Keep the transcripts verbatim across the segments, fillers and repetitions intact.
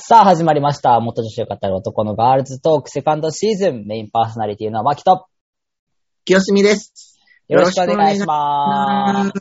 さあ始まりました。元女子を語る男のガールズトークセカンドシーズン。メインパーソナリティのマキと清澄です。 よろしくお願いします。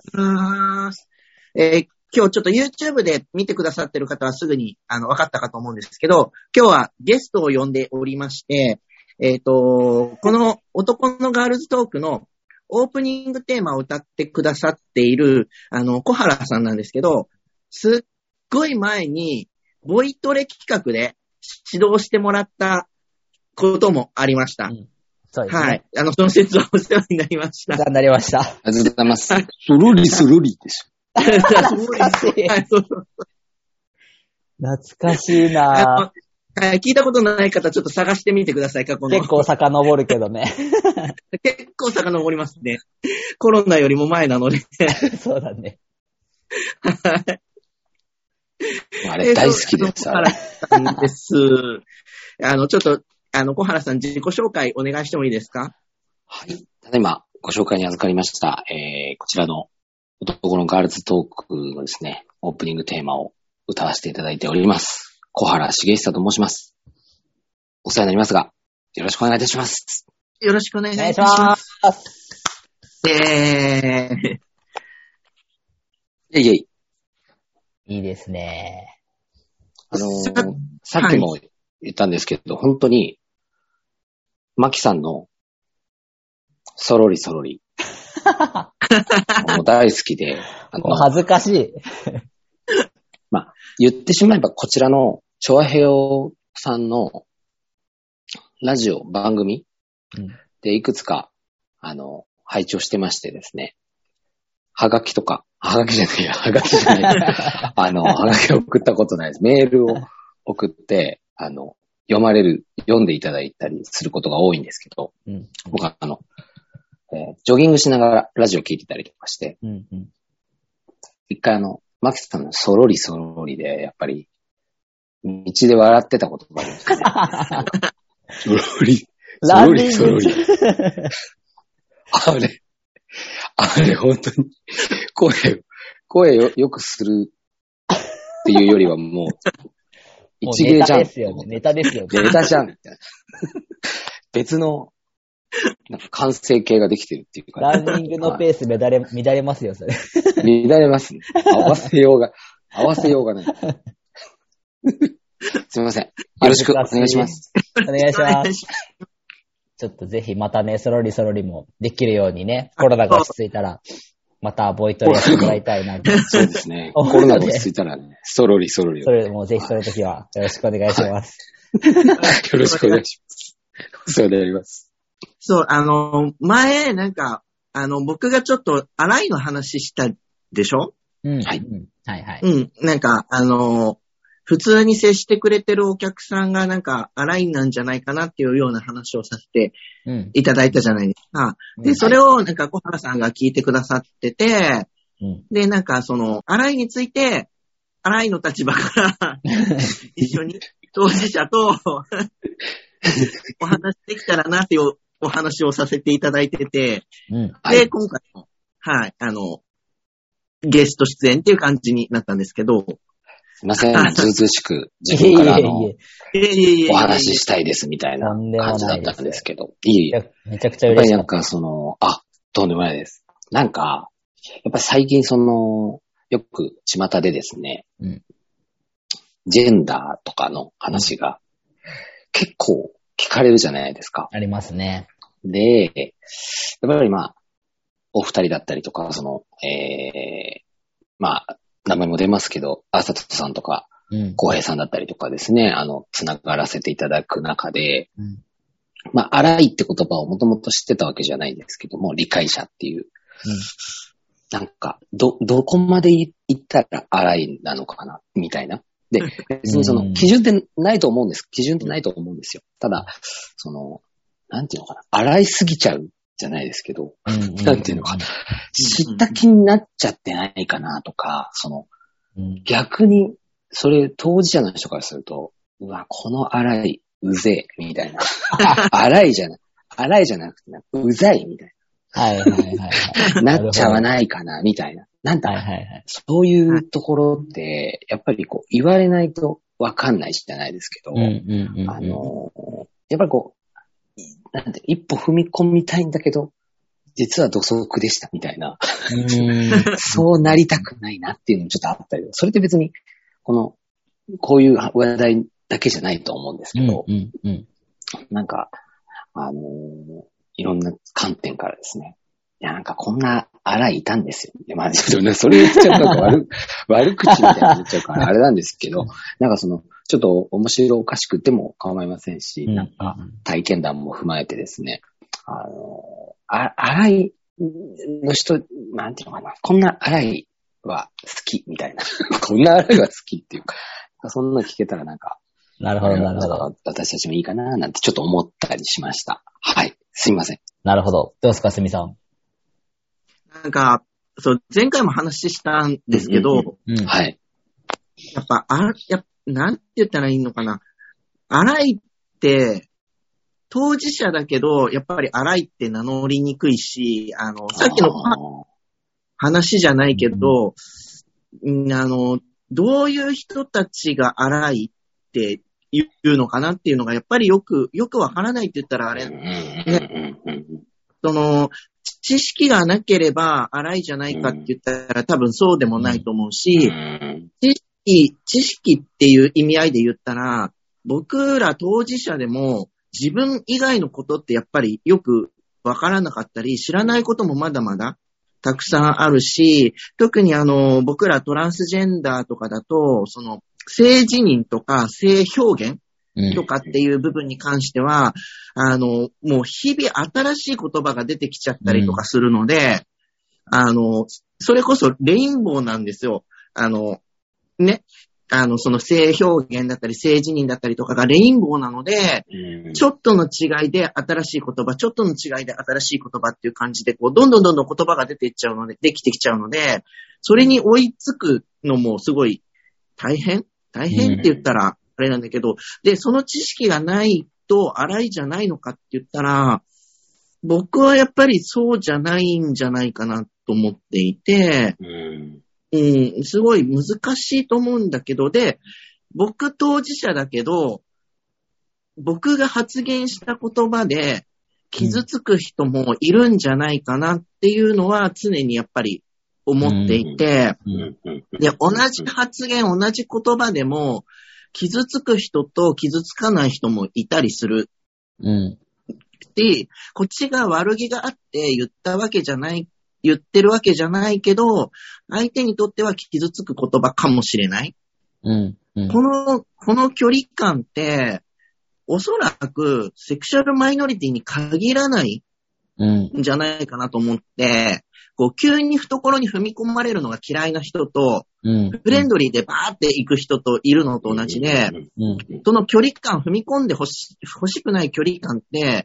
えー、今日ちょっと YouTube で見てくださってる方はすぐにあの分かったかと思うんですけど、今日はゲストを呼んでおりまして、えっと、この男のガールズトークのオープニングテーマを歌ってくださっているあの小原さんなんですけど、すっごい前にボイトレ企画で指導してもらったこともありました。うん、 そうですね。 はい。あの、その説はお世話になりました。 お世話になりました。ありがとうございます。スルリスルリでしょ。 懐かしい。懐かしいなぁ。聞いたことない方、ちょっと探してみてください、過去の。 結構遡るけどね。 結構遡りますね。コロナよりも前なので。 そうだね。 あれ大好きです。 小原さんです。あの、ちょっと、あの、小原さん自己紹介お願いしてもいいですか？ はい。ただいまご紹介に預かりました、えー、こちらの男のガールズトークのですね、オープニングテーマを歌わせていただいております。小原茂久と申します。お世話になりますが、よろしくお願いいたします。 よろしくお願いいたします。えー。 イェイイェイ。 いいですね。 あのー、さっきも言ったんですけど、はい、本当に、マキさんの、そろりそろり。もう大好きで。 あの恥ずかしい。 まあ、言ってしまえばこちらの、チョアヘヨさんの、ラジオ、番組でいくつか、あの、配置をしてましてですね。はがきとか、はがきじゃないや、はがきじゃない。あの、はがきを送ったことないです。メールを送って、あの、読まれる、読んでいただいたりすることが多いんですけど、うん、僕はあの、えー、ジョギングしながらラジオ聞いてたりとかして、うんうん、一回あの、マキさんのそろりそろりで、やっぱり、道で笑ってたことがありましたね。そろり、そろりそろり。あれ、あれ本当に、声、声よ、よくするっていうよりはもう、一芸じゃん。 ネタですよね。ネタですよね。 ネタじゃん。みたいな。別の、なんか完成形ができてるっていうか、ね。ランニングのペース乱れ、乱れますよ、それ。 乱れますね。合わせようが、合わせようがない。すみません。よろしくお願いします。 お願いします。ちょっとぜひまたね、そろりそろりもできるようにね、コロナが落ち着いたら、またボイトレやってもらいたいなと。 そうですね。コロナが落ち着いたらね、そろりそろり。 それもぜひその時はよろしくお願いします。 はい、よろしくお願いします。お世話になります。 そう、あの、前、なんか、あの、僕がちょっと、洗いの話したでしょ？ うん。 はい。 はいはい。 うん。なんか、あの、普通に接してくれてるお客さんがなんか、洗いなんじゃないかなっていうような話をさせていただいたじゃないですか。うん、で、それをなんか小原さんが聞いてくださってて、うん、で、なんかその、洗いについて、洗いの立場から一緒に当事者とお話できたらなっていうお話をさせていただいてて、うん、で、はい、今回の、はい、あの、ゲスト出演っていう感じになったんですけど、 すいません、ずうずうしく自分からのお話ししたいですみたいな感じだったんですけど、いい。 めちゃくちゃ嬉しい。 やっぱりなんかその、あ、とんでもないです。なんか、やっぱり最近その、よく巷でですね、うん、ジェンダーとかの話が結構聞かれるじゃないですか。 ありますね。 で、やっぱりまあ、お二人だったりとか、その、えー、まあ、名前も出ますけど、あさとさんとか、浩平さんだったりとかですね、あの、つながらせていただく中で、うん、まあ、荒いって言葉をもともと知ってたわけじゃないんですけども、理解者っていう、うん、なんか、ど、どこまで行ったら荒いなのかな、みたいな。で、別にその、基準ってないと思うんです。基準ってないと思うんですよ。ただ、その、なんていうのかな、荒いすぎちゃうじゃないですけど、うん、なんていうのかな、知った気になっちゃってないかなとか、その、うん、逆に、それ当事者の人からすると、うわ、この荒い、うぜえ、みたいな。荒いじゃな、荒いじゃなくてな、うざい、みたいな。はいはいはい、はい。 なっちゃわないかな、みたいな。なんだ、はいはいはい、そういうところって、やっぱりこう、言われないとわかんないじゃないですけど、 うんうんうん、 あの、やっぱりこう、なんて、一歩踏み込みたいんだけど、実は土足でしたみたいな。うんそうなりたくないなっていうのもちょっとあったり、それって別に、この、こういう話題だけじゃないと思うんですけど、 うんうんうん、 なんか、あのー、いろんな観点からですね、いや、なんかこんな荒いいたんですよ。いや、まあ、ちょっとね、それ言っちゃうと悪、悪口みたいに言っちゃうからあれなんですけど、なんかその、ちょっと面白おかしくても構いませんし、うん、なんか体験談も踏まえてですね、あのー、あ、荒いの人、なんていうのかな、こんな荒いは好きみたいな。こんな荒いは好きっていうか、そんな聞けたらなんか、 なるほど、なるほど。 私たちもいいかな、なんてちょっと思ったりしました。はい。すいません。 なるほど。どうですか、すみさん。 なんか、そう、前回も話したんですけど、うんうんうん、はい。 やっぱ、あ、やっぱ、なんて言ったらいいのかな。荒いって、当事者だけど、やっぱり荒いって名乗りにくいし、あの、さっきの話じゃないけど、うん、あの、どういう人たちが荒いって言うのかなっていうのが、やっぱりよく、よくわからないって言ったらあれ、ね、その、知識がなければ荒いじゃないかって言ったら多分そうでもないと思うし、知識、知識っていう意味合いで言ったら、僕ら当事者でも自分以外のことってやっぱりよくわからなかったり、知らないこともまだまだたくさんあるし、特にあの、僕らトランスジェンダーとかだと、その、性自認とか性表現とかっていう部分に関しては、うん、あの、もう日々新しい言葉が出てきちゃったりとかするので、うん、あの、それこそレインボーなんですよ。あの、ね。あの、その性表現だったり、性自認だったりとかがレインボーなので、うん、ちょっとの違いで新しい言葉、ちょっとの違いで新しい言葉っていう感じで、こう、どんどんどんどん言葉が出ていっちゃうので、できてきちゃうので、それに追いつくのもすごい大変大変って言ったら、あれなんだけど、で、その知識がないと荒いじゃないのかって言ったら、僕はやっぱりそうじゃないんじゃないかなと思っていて、うんうん、すごい難しいと思うんだけど、で、僕当事者だけど、僕が発言した言葉で傷つく人もいるんじゃないかなっていうのは常にやっぱり思っていて、で、同じ発言、同じ言葉でも傷つく人と傷つかない人もいたりする。うん、で、こっちが悪気があって言ったわけじゃない言ってるわけじゃないけど、相手にとっては傷つく言葉かもしれない。うんうん、この、この距離感って、おそらくセクシャルマイノリティに限らないんじゃないかなと思って、こう、急に懐に踏み込まれるのが嫌いな人と、うん、フレンドリーでバーって行く人といるのと同じで、うん、その距離感、踏み込んでほし、欲しくない距離感って、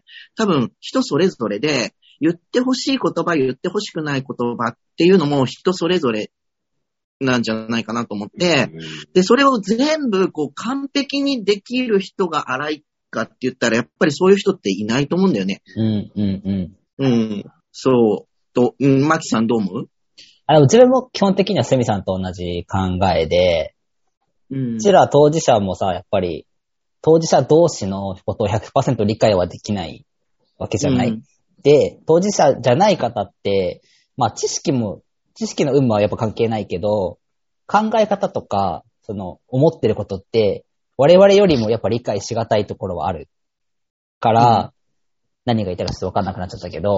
多分人それぞれで、言ってほしい言葉、言ってほしくない言葉っていうのも人それぞれなんじゃないかなと思って、で、それを全部こう完璧にできる人が荒いかって言ったら、やっぱりそういう人っていないと思うんだよね。うんうんうん。うん。そう。と、うん、マキさんどう思う？ あの、自分も基本的にはセミさんと同じ考えで、うん。うちら当事者もさ、やっぱり、当事者同士のことを ひゃくパーセント 理解はできないわけじゃない。うんで、当事者じゃない方って、まあ知識も、知識の有無はやっぱ関係ないけど、考え方とか、その、思ってることって、我々よりもやっぱ理解しがたいところはある。から、うん、何が言いたいかちょっとわかんなくなっちゃったけど、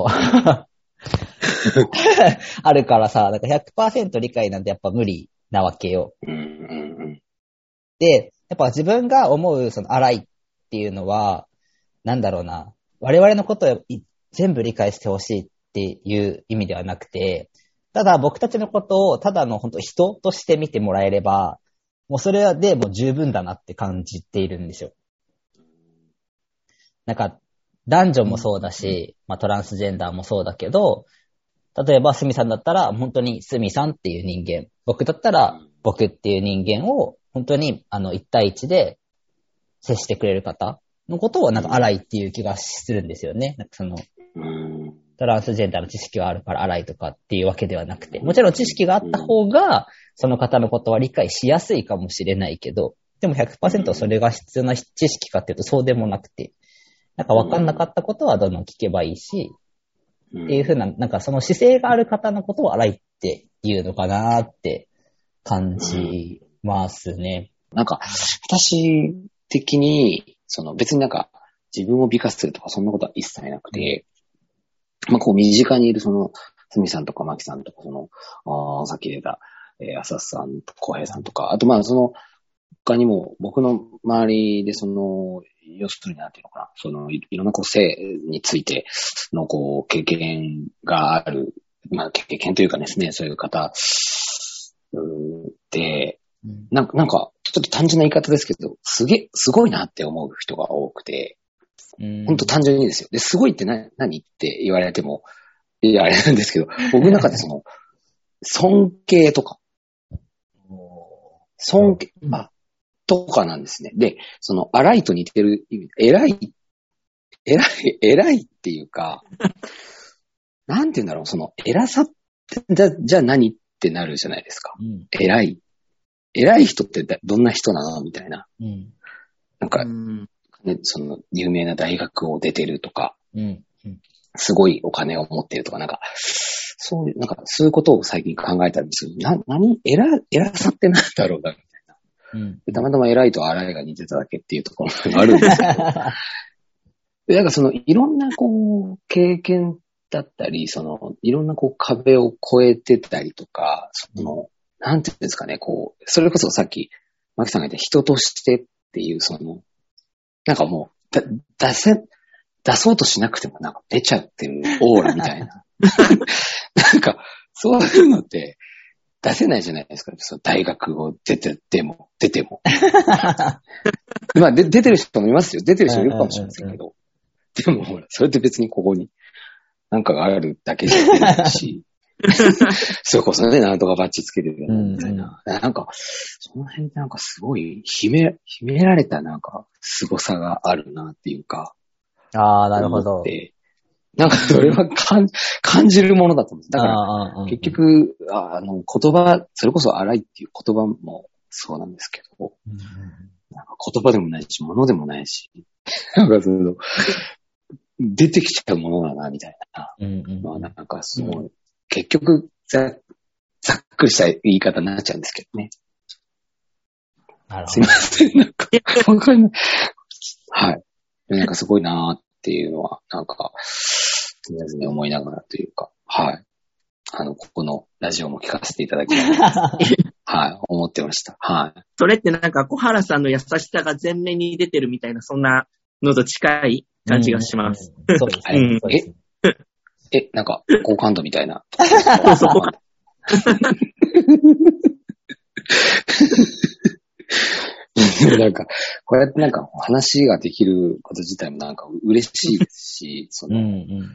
あるからさ、なんか ひゃくパーセント 理解なんてやっぱ無理なわけよ。で、やっぱ自分が思うその荒いっていうのは、なんだろうな、我々のことを全部理解してほしいっていう意味ではなくて、ただ僕たちのことをただの本当人として見てもらえれば、もうそれでもう十分だなって感じているんですよ。なんか男女もそうだし、まあトランスジェンダーもそうだけど、例えばスミさんだったら本当にスミさんっていう人間、僕だったら僕っていう人間を本当にあの一対一で接してくれる方のことをなんか荒いっていう気がするんですよね。なんかそのトランスジェンダーの知識があるから荒いとかっていうわけではなくて、もちろん知識があった方がその方のことは理解しやすいかもしれないけど、 でも ひゃくパーセント それが必要な知識かっていうとそうでもなくて、なんか分かんなかったことはどんどん聞けばいいし、うん、っていう風な、なんかその姿勢がある方のことを荒いっていうのかなって感じますね。 うん、なんか、私的に、その別になんか自分を美化するとかそんなことは一切なくて、まあこう身近にいるその、すみさんとかまきさんとか、その、あさっき出た、えー、浅瀬さん、浩平さんとか、あとまあその、他にも僕の周りでその、要するになんていうのかな、そのい、いろんなこう性についてのこう経験がある、まあ経験というかですね、そういう方で、なんか、なんかちょっと単純な言い方ですけど、すげ、すごいなって思う人が多くて、本当単純にですよ。で、すごいって何、何って言われても、いや、あれなんですけど、僕の中でその、尊敬とか、尊敬、あ、とかなんですね。で、その、荒いと似てる意味、偉い、偉い、偉いっていうか、なんて言うんだろう、その、偉さって、じゃ、じゃあ何ってなるじゃないですか。うん、偉い。偉い人ってどんな人なのみたいな。うん、なんか、うんね、その、有名な大学を出てるとか、うんうん、すごいお金を持ってるとか、なんか、そういう、なんか、そういうことを最近考えたりする。な、何、偉、偉さってなんだろうな、みたいな。うん、たまたま偉いと荒いが似てただけっていうところがあるんですけど。で、なんかその、いろんなこう、経験だったり、その、いろんなこう、壁を越えてたりとか、その、なんていうんですかね、こう、それこそさっき、マキさんが言った人としてっていう、その、なんかもう、だ、出せ、出そうとしなくてもなんか出ちゃってるオーラみたいな。なんか、そういうのって出せないじゃないですか。その大学を出て、でも、出ても。まあで、出てる人もいますよ。出てる人いるかもしれませんけど。でもほら、それって別にここになんかがあるだけじゃないし。それこそね、なんとかバッチつけてるみたいな。うんうん、なんか、その辺なんかすごい、秘め、秘められたなんか、凄さがあるなっていうか。 ああ、なるほど。 なんかそれは感感じるものだと思うんです。だから、結局、あの、言葉、それこそ荒いっていう言葉もそうなんですけど、うん、なんか言葉でもないし、物でもないし、なんかその、出てきちゃうものだな、みたいな。うんうん、まあなんかすごい、うん、結局ざ、ざっくりした言い方になっちゃうんですけどね。 なるほど。 すいません、なんか、わかんない。はい。なんかすごいなーっていうのは、なんか、常々思いながらというか、はい。あの、ここのラジオも聞かせていただきたいなはい、思ってました。はい。 それってなんか小原さんの優しさが前面に出てるみたいな、そんなのと近い感じがします。 うん、そうですね。そうですね。 え、え、なんか、好感度みたいな。 そうそう。 なんか、こうやってなんか話ができること自体もなんか嬉しいですし、その、うんうん、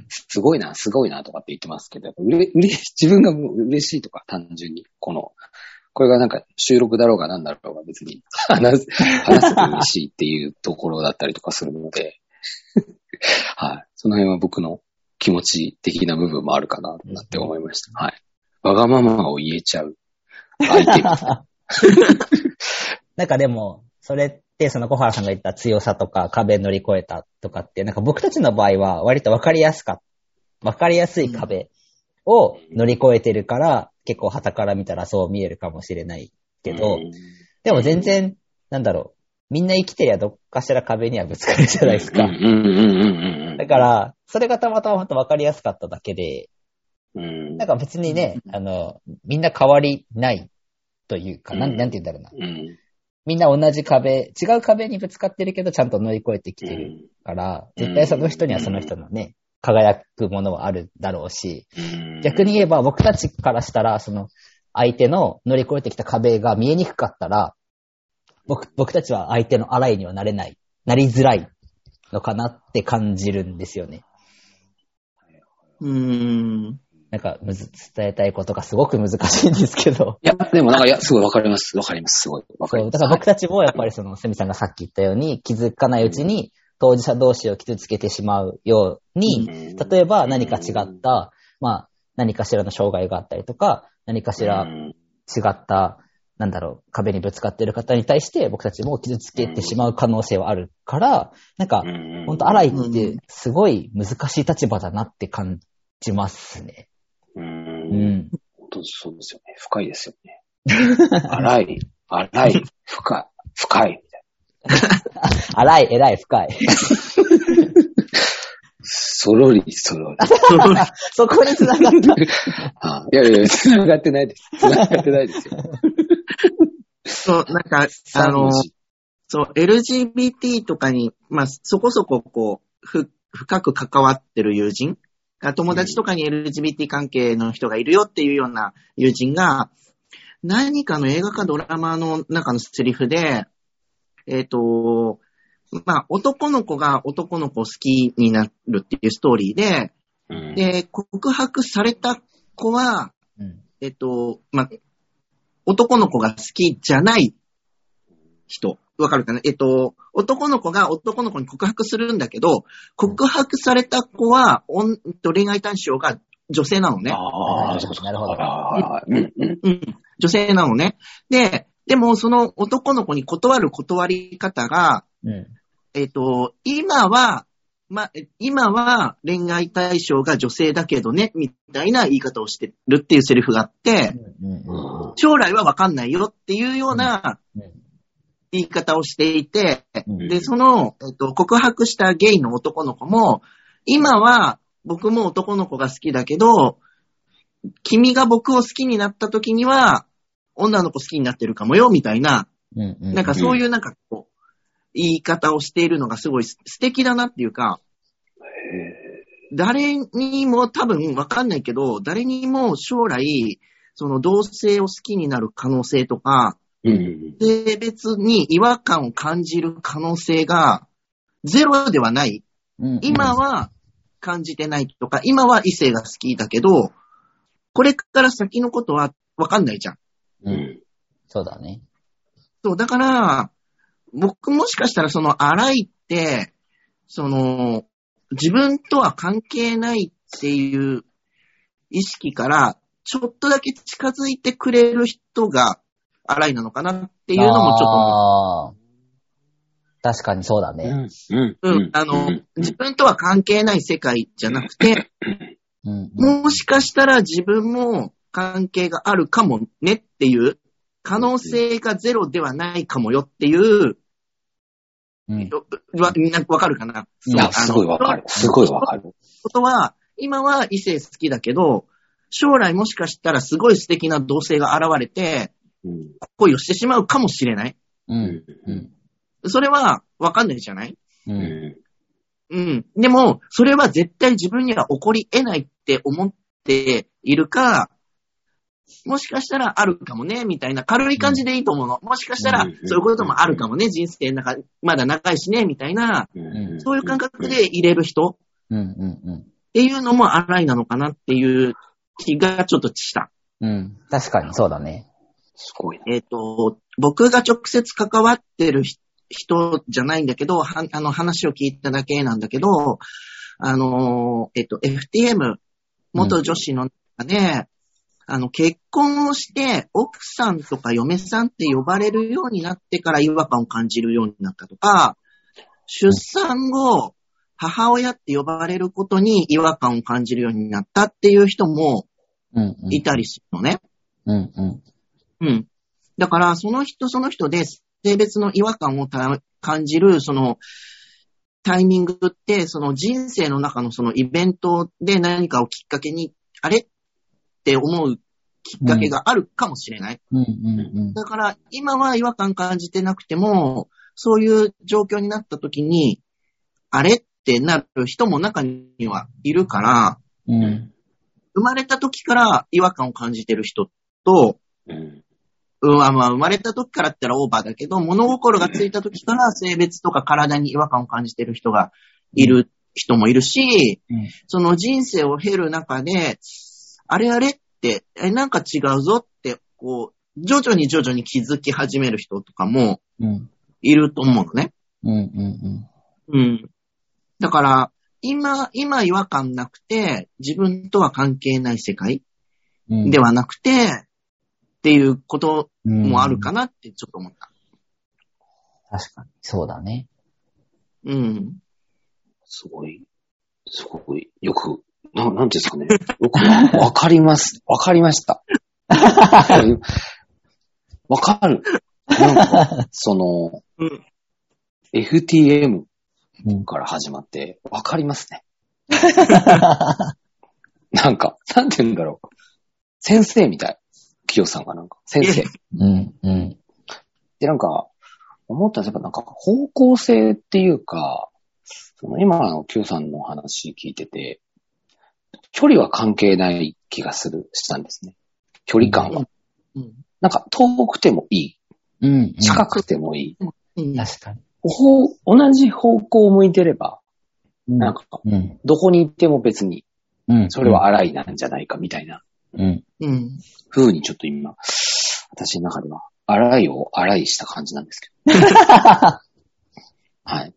すごいな、すごいなとかって言ってますけど、やっぱうれ、うれ、自分が嬉しいとか単純に、この、これがなんか収録だろうがなんだろうが別に話す、話せて嬉しいっていうところだったりとかするので、はい。その辺は僕の気持ち的な部分もあるかなって思いました。はい。わがままを言えちゃう相手みたいな。 なんかでも、それってその小原さんが言った強さとか壁乗り越えたとかって、なんか僕たちの場合は割と分かりやすか、分かりやすい壁を乗り越えてるから、結構傍から見たらそう見えるかもしれないけど、でも全然、なんだろう、みんな生きてりゃどっかしら壁にはぶつかるじゃないですか。だから、それがたまたまほんと分かりやすかっただけで、なんか別にね、あの、みんな変わりないというか、なん、なんて言うんだろうな。みんな同じ壁、違う壁にぶつかってるけど、ちゃんと乗り越えてきてるから、絶対その人にはその人のね、輝くものはあるだろうし、逆に言えば僕たちからしたら、その相手の乗り越えてきた壁が見えにくかったら、僕、僕たちは相手の洗いにはなれない、なりづらいのかなって感じるんですよね。 うーん。 なんか、むず、伝えたいことがすごく難しいんですけど。 いや、でもなんか、いや、すごいわかります。わかります。すごいわかります。 そう、だから僕たちもやっぱりその、セミさんがさっき言ったように、気づかないうちに、当事者同士を傷つけてしまうように、例えば何か違った、まあ、何かしらの障害があったりとか、何かしら違った、 なんだろう、壁にぶつかってる方に対して僕たちも傷つけてしまう可能性はあるから、なんか、ほんと、荒井ってすごい難しい立場だなって感じますね。 うん。 うん。 本当そうですよね。深いですよね。荒い、荒い、深い、深い、みたいな。荒い、偉い、深い。 そろり、そろり。 そこに繋がった。 ああいやいや、繋がってないです。繋がってないですよ。 そう、なんか、あの、そう、エルジービーティー とかに、まあ、そこそこ、こう、ふ、深く関わってる友人が、友達とかに エルジービーティー 関係の人がいるよっていうような友人が、何かの映画かドラマの中のセリフで、えっと、まあ、男の子が男の子を好きになるっていうストーリーで、うん、で、告白された子は、うん、えっと、まあ、男の子が好きじゃない人。わかるかな？えっと、男の子が男の子に告白するんだけど、告白された子は、恋愛対象が女性なのね。 ああ、なるほど。 うん。女性なのね。で、でもその男の子に断る断り方が、うんえっと、今は、ま、今は恋愛対象が女性だけどね、みたいな言い方をしてるっていうセリフがあって、将来はわかんないよっていうような言い方をしていて、で、その、えっと、告白したゲイの男の子も、今は僕も男の子が好きだけど、君が僕を好きになった時には、女の子好きになってるかもよ、みたいな、なんかそういうなんかこう、言い方をしているのがすごい素敵だなっていうか、誰にも多分わかんないけど、誰にも将来、その同性を好きになる可能性とか、性別に違和感を感じる可能性がゼロではない。今は感じてないとか、今は異性が好きだけど、これから先のことはわかんないじゃん。 うん。そうだね。 そう、だから、僕もしかしたらその荒いって、その自分とは関係ないっていう意識からちょっとだけ近づいてくれる人が荒いなのかなっていうのもちょっと思う。 あ確かにそうだね。 うん。うん。あの、うん、自分とは関係ない世界じゃなくて、うん、もしかしたら自分も関係があるかもねっていう可能性がゼロではないかもよっていう、うん、わ、みんなわかるかな？ いや、すごいわかる。すごいわかる。 ことは、今は異性好きだけど、将来もしかしたらすごい素敵な同性が現れて、うん、恋をしてしまうかもしれない。うんうん、それはわかんないじゃない？うん。うん。でも、それは絶対自分には起こり得ないって思っているか、もしかしたらあるかもね、みたいな軽い感じでいいと思うの。もしかしたらそういうこともあるかもね、人生の中、まだ長いしね、みたいな、そういう感覚で入れる人っていうのも荒いなのかなっていう気がちょっとした。 うん。確かにそうだね。 すごいな。 えっと、僕が直接関わってる人じゃないんだけど、はあの話を聞いただけなんだけど、あの、えっと、エフティーエム、元女子の中で、うんあの、結婚をして、奥さんとか嫁さんって呼ばれるようになってから違和感を感じるようになったとか、出産後、母親って呼ばれることに違和感を感じるようになったっていう人もいたりするのね。 うんうん。 うん。だから、その人その人で性別の違和感を感じる、その、タイミングって、その人生の中のそのイベントで何かをきっかけに、あれって思うきっかけがあるかもしれない。 うんうんうんうん、 だから今は違和感感じてなくても、そういう状況になった時に、あれってなる人も中にはいるから、 うん、 生まれた時から違和感を感じてる人と、うんうん、まあ生まれた時からって言ったらオーバーだけど、物心がついた時から性別とか体に違和感を感じてる人がいる人もいるし、 うん、 その人生を経る中で、あれあれって、え、なんか違うぞって、こう、徐々に徐々に気づき始める人とかも、いると思うのね。 うんうんうん。うん。だから、今、今違和感なくて、自分とは関係ない世界ではなくて、 っていうこともあるかなってちょっと思った。 確かに。そうだね。 うん。 すごい、すごい、よく、な、なんていうんですかね。よくわ、わかります。わかりました。わかる。なんか、その、うん、エフティーエム から始まって、わかりますね。なんか、なんて言うんだろう。先生みたい。キヨさんがなんか、先生。 うんうん、 で、なんか、思ったんですけど、なんか、方向性っていうか、その今のキヨさんの話聞いてて、距離は関係ない気がする、したんですね。距離感は。うんうん、なんか、遠くてもいい。うんうん、近くてもいい。 うん、確かに。 同じ方向を向いてれば、うん、なんか、うん、どこに行っても別に、それは荒いなんじゃないかみたいな、うんうん、風にちょっと今、私の中では、荒いを荒いした感じなんですけど。はい。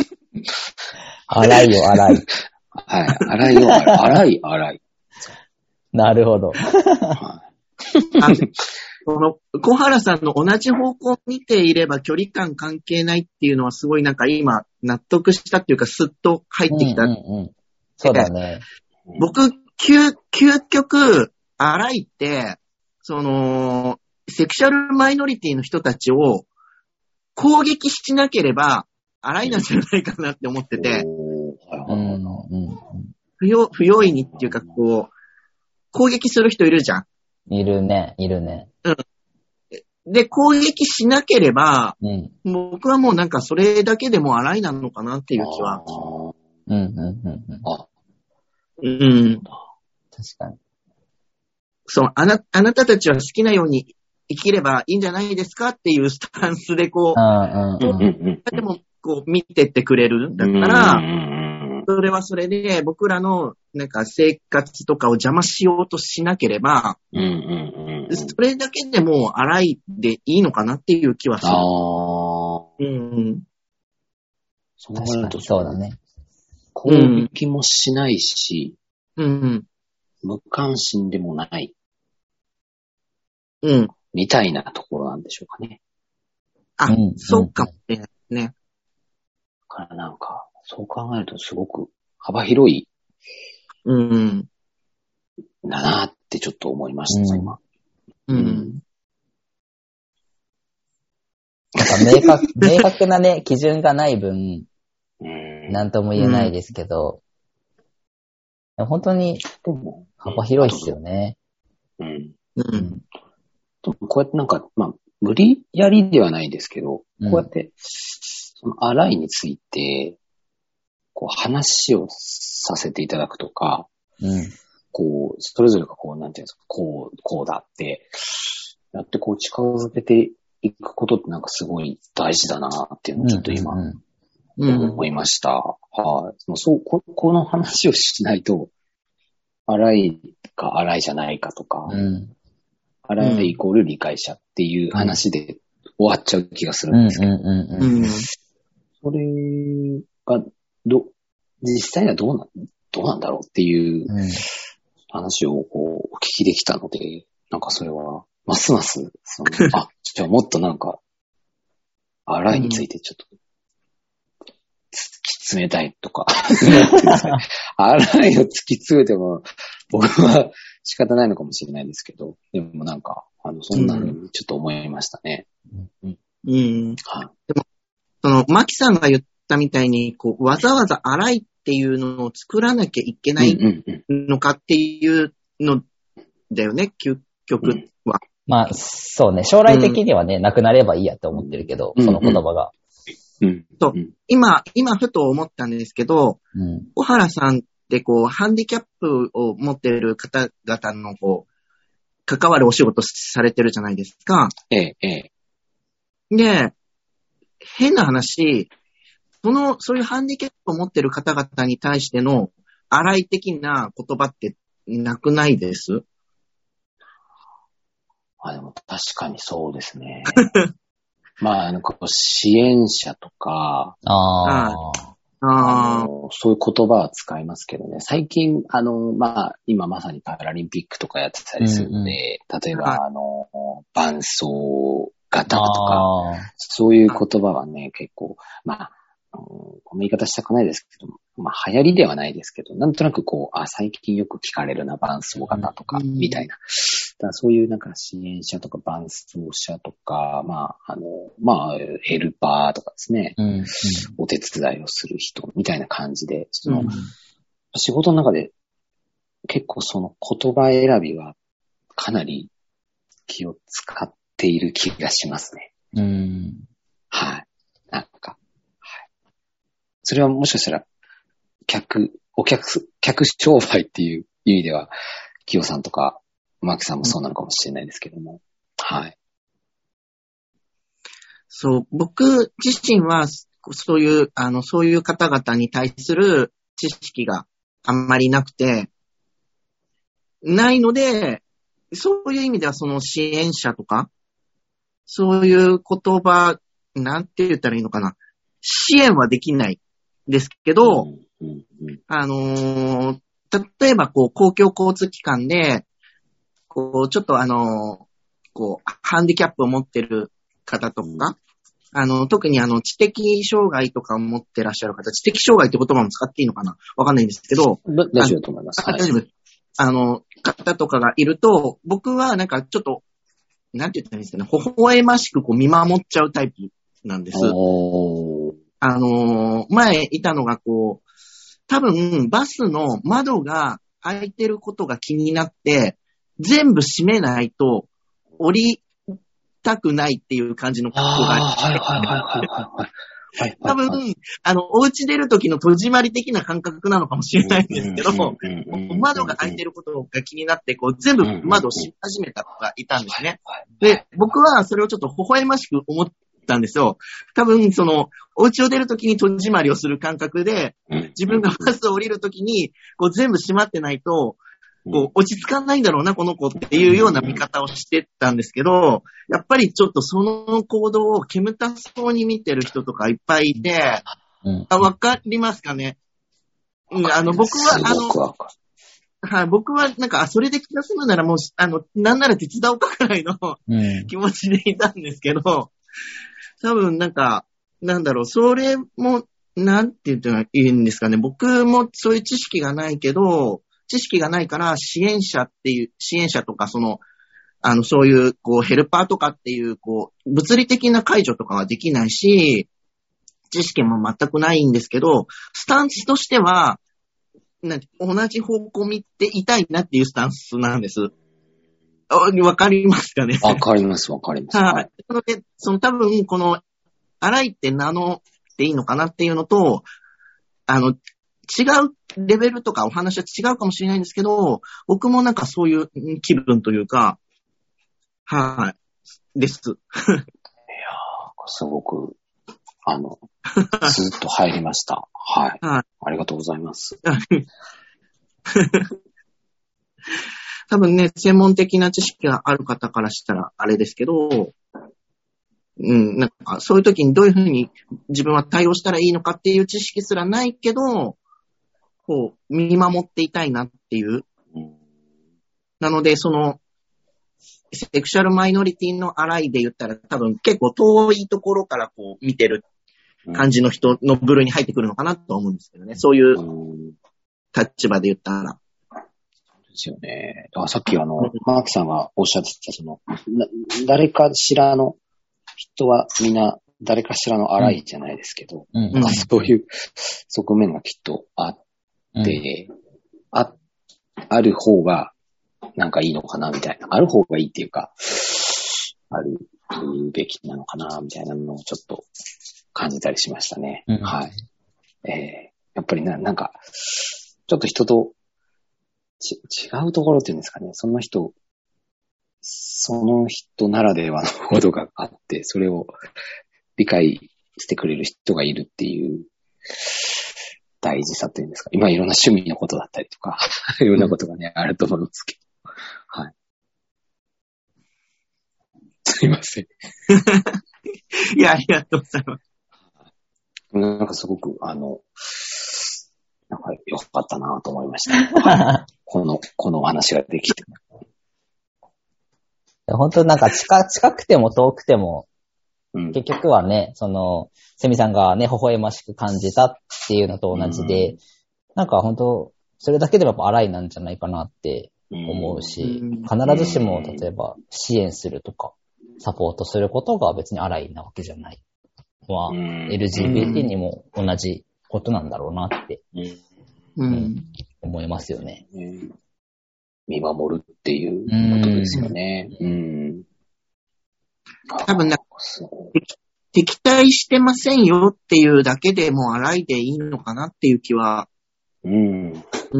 荒いよ、荒い。 はい。荒いよ、荒い、荒い。 なるほど。はい、この小原さんの同じ方向を見ていれば距離感関係ないっていうのはすごいなんか今納得したっていうかスッと入ってきた。うんうんうん、 そうだね。 僕、究、究極、荒いって、その、セクシャルマイノリティの人たちを攻撃しなければ荒いなんじゃないかなって思ってて、うんうん、不用、不用意にっていうかこう、攻撃する人いるじゃん。 いるね、いるね。 うん。で、攻撃しなければ、うん、僕はもうなんかそれだけでも荒いなのかなっていう気は。うんうんうんうん。あ、うん。 確かに。 そう、あな、あなたたちは好きなように生きればいいんじゃないですかっていうスタンスでこう、うんうんうん、でもこう見てってくれるんだったら、それはそれで僕らのなんか生活とかを邪魔しようとしなければ、うんうんうん、それだけでもう荒いでいいのかなっていう気はする。ああ。うん。 そうなるとそうだね。 攻撃もしないし、うんうん、無関心でもない。うん。みたいなところなんでしょうかね。 あ、うん、そうかもしれないですね。 だからなんか、そう考えるとすごく幅広い、うん。だなってちょっと思いました、うん、今。うん。 なんか明確、明確なね、基準がない分、なんとも言えないですけど、うん、本当に幅広いですよね。うん。うん。 こうやってなんか、まあ、無理やりではないですけど、うん、こうやって、その荒いについて、こう話をさせていただくとか、うん、こう、それぞれがこう、なんていうんですか、こう、こうだって、やってこう近づけていくことってなんかすごい大事だなっていうのをちょっと今、うんうんうん、思いました。はい、あ、そうこ、この話をしないと、荒いか荒いじゃないかとか、うん、荒いイコール理解者っていう話で終わっちゃう気がするんですけど、それがど、実際にはどうな、どうなんだろうっていう話をこうお聞きできたので、なんかそれは、ますます、そのあ、じゃあもっとなんか、荒いについてちょっと、突き詰めたいとか、荒いを突き詰めても、僕は仕方ないのかもしれないですけど、でもなんか、あの、そんなのにちょっと思いましたね。うん。 うん。はい。でも、その、マキさんが言ったみたいに、こう、わざわざ荒いっていうのを作らなきゃいけないのかっていうのだよね、究極は。うん、 まあ、そうね。将来的にはね、うん、なくなればいいやって思ってるけど、うん、その言葉が。 うん。そう。今、今、ふと思ったんですけど、うん、小原さんってこう、ハンディキャップを持っている方々のこう、関わるお仕事されてるじゃないですか。ええ、ええ。で、変な話、その、そういうハンディキャップを持っている方々に対しての、荒い的な言葉ってなくないです？ あ、でも確かにそうですね。まあ、なんか支援者とか、ああのそういう言葉は使いますけどね。最近、あの、まあ、今まさにパラリンピックとかやってたりするので、うんうん、例えば、はい、あの、伴走型とか、そういう言葉はね、結構、まあ、この言い方したくないですけど、まあ流行りではないですけど、なんとなくこう、あ、最近よく聞かれるな、伴走型とか、みたいな。だからそういうなんか支援者とか伴走者とか、まあ、あの、まあ、ヘルパーとかですね、うんうん、お手伝いをする人みたいな感じで、その、うん、仕事の中で結構その言葉選びはかなり気を使っている気がしますね。うん、はい。なんか、それはもしかしたら、客、お客、客商売っていう意味では、キヨさんとか、マキさんもそうなのかもしれないですけども。はい。 そう、僕自身は、そういう、あの、そういう方々に対する知識があんまりなくて、ないので、そういう意味ではその支援者とか、そういう言葉、なんて言ったらいいのかな。支援はできない。ですけど、うんうんうん、あのー、例えばこう公共交通機関で、こうちょっとあのー、こうハンディキャップを持ってる方とか、うん、あの特にあの知的障害とかを持ってらっしゃる方、知的障害って言葉も使っていいのかな、わかんないんですけど、 大丈夫だと思います。 大丈夫。あの方とかがいると、僕はなんかちょっとなんて言ったらいいんですかね、微笑ましくこう見守っちゃうタイプなんです。あのー、前いたのがこう、多分バスの窓が開いてることが気になって、全部閉めないと降りたくないっていう感じの格好がある。 はいはいはいはいはい、はい。 多分、あの、お家出る時の戸締まり的な感覚なのかもしれないんですけど、窓が開いてることが気になって、こう、全部窓を閉め始めた子がいたんですね。で、僕はそれをちょっと微笑ましく思ったんですよ。多分、その、お家を出るときに戸締まりをする感覚で、自分がバスを降りるときに、こう全部閉まってないと、こう落ち着かないんだろうな、この子っていうような見方をしてたんですけど、やっぱりちょっとその行動を煙たそうに見てる人とかいっぱいいて、あ、わかりますかね？うん、あの、僕は、あの、はい、僕はなんか、あ、それで気が済むならもう、あの、なんなら手伝おうかくらいの気持ちでいたんですけど、多分なんか、なんだろう、それも、なんて言ったらいいんですかね。僕もそういう知識がないけど、知識がないから支援者っていう、支援者とかその、あの、そういう、こう、ヘルパーとかっていう、こう、物理的な介助とかはできないし、知識も全くないんですけど、スタンスとしては、なんて同じ方向を見ていたいなっていうスタンスなんです。わかりますかね？ わかります、わかります。 はい。なので、その多分、この、荒いって名乗っていいのかなっていうのと、あの、違うレベルとかお話は違うかもしれないんですけど、僕もなんかそういう気分というか、はい、です。いやー、 すごく、あの、ずっと入りました。はい。はい、ありがとうございます。 多分ね、専門的な知識がある方からしたらあれですけど、うん、なんかそういう時にどういうふうに自分は対応したらいいのかっていう知識すらないけど、こう、見守っていたいなっていう。うん、なので、その、セクシャルマイノリティの荒いで言ったら多分結構遠いところからこう見てる感じの人の部類に入ってくるのかなと思うんですけどね。そういう立場で言ったら。 ですよね。だからさっきあの、マークさんがおっしゃってた、その、誰かしらの人はみんな誰かしらの荒いじゃないですけど、うんうん、そういう側面がきっとあって、うん、あ、ある方がなんかいいのかなみたいな、ある方がいいっていうか、あるべきなのかなみたいなのをちょっと感じたりしましたね。うん、はい。えー、やっぱりな、なんか、ちょっと人とち違うところっていうんですかね、その人、その人ならではのことがあって、それを理解してくれる人がいるっていう大事さというんですか、今いろんな趣味のことだったりとか、いろんなことがね、あると思うんですけど、はい。すいません。 いや、ありがとうございます。 なんかすごく、あの、なんか良かったなと思いました。この、この話ができて。 本当なんか近、近くても遠くても、うん、結局はね、その、セミさんがね、微笑ましく感じたっていうのと同じで、うん、なんか本当それだけでもやっぱ荒いなんじゃないかなって思うし、うん、必ずしも、例えば支援するとか、サポートすることが別に荒いなわけじゃない。は、うん、エルジービーティー にも同じことなんだろうなって、うんうん、思いますよね。 うん、見守るっていうことですよね。うん、 多分なんか敵対してませんよっていうだけでも荒いでいいのかなっていう気は、うん、うん、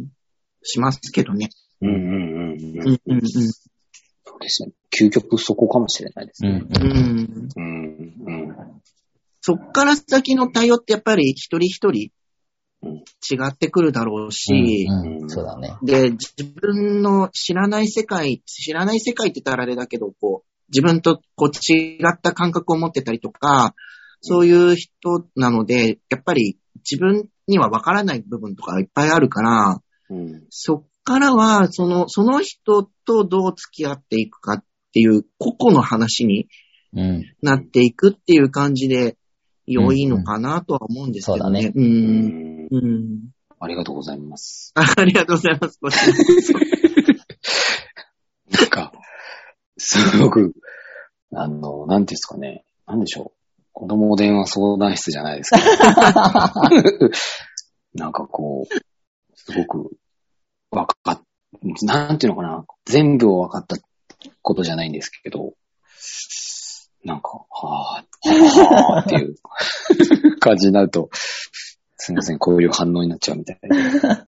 しますけどね。うんうんうんうんうん、そうですね。究極そこかもしれないですね。うんうんうん、そっから先の対応ってやっぱり一人一人違ってくるだろうし、 うんうん、そうだね。 で、自分の知らない世界、知らない世界って言ったらあれだけど、こう、自分とこう違った感覚を持ってたりとか、そういう人なので、やっぱり自分には分からない部分とかいっぱいあるから、うん、そっからは、その、その人とどう付き合っていくかっていう個々の話になっていくっていう感じで良いのかなとは思うんですけどね。 うんうん、そうだね。うんうん、ありがとうございます。 ありがとうございます。 なんか、すごく、あの、なんていうんですかね。なんでしょう。子供電話相談室じゃないですけど。なんかこう、すごく、わかっ、なんていうのかな。全部を分かったことじゃないんですけど、なんか、はぁ、はぁっていう感じになると、すみません、こういう反応になっちゃうみたいな。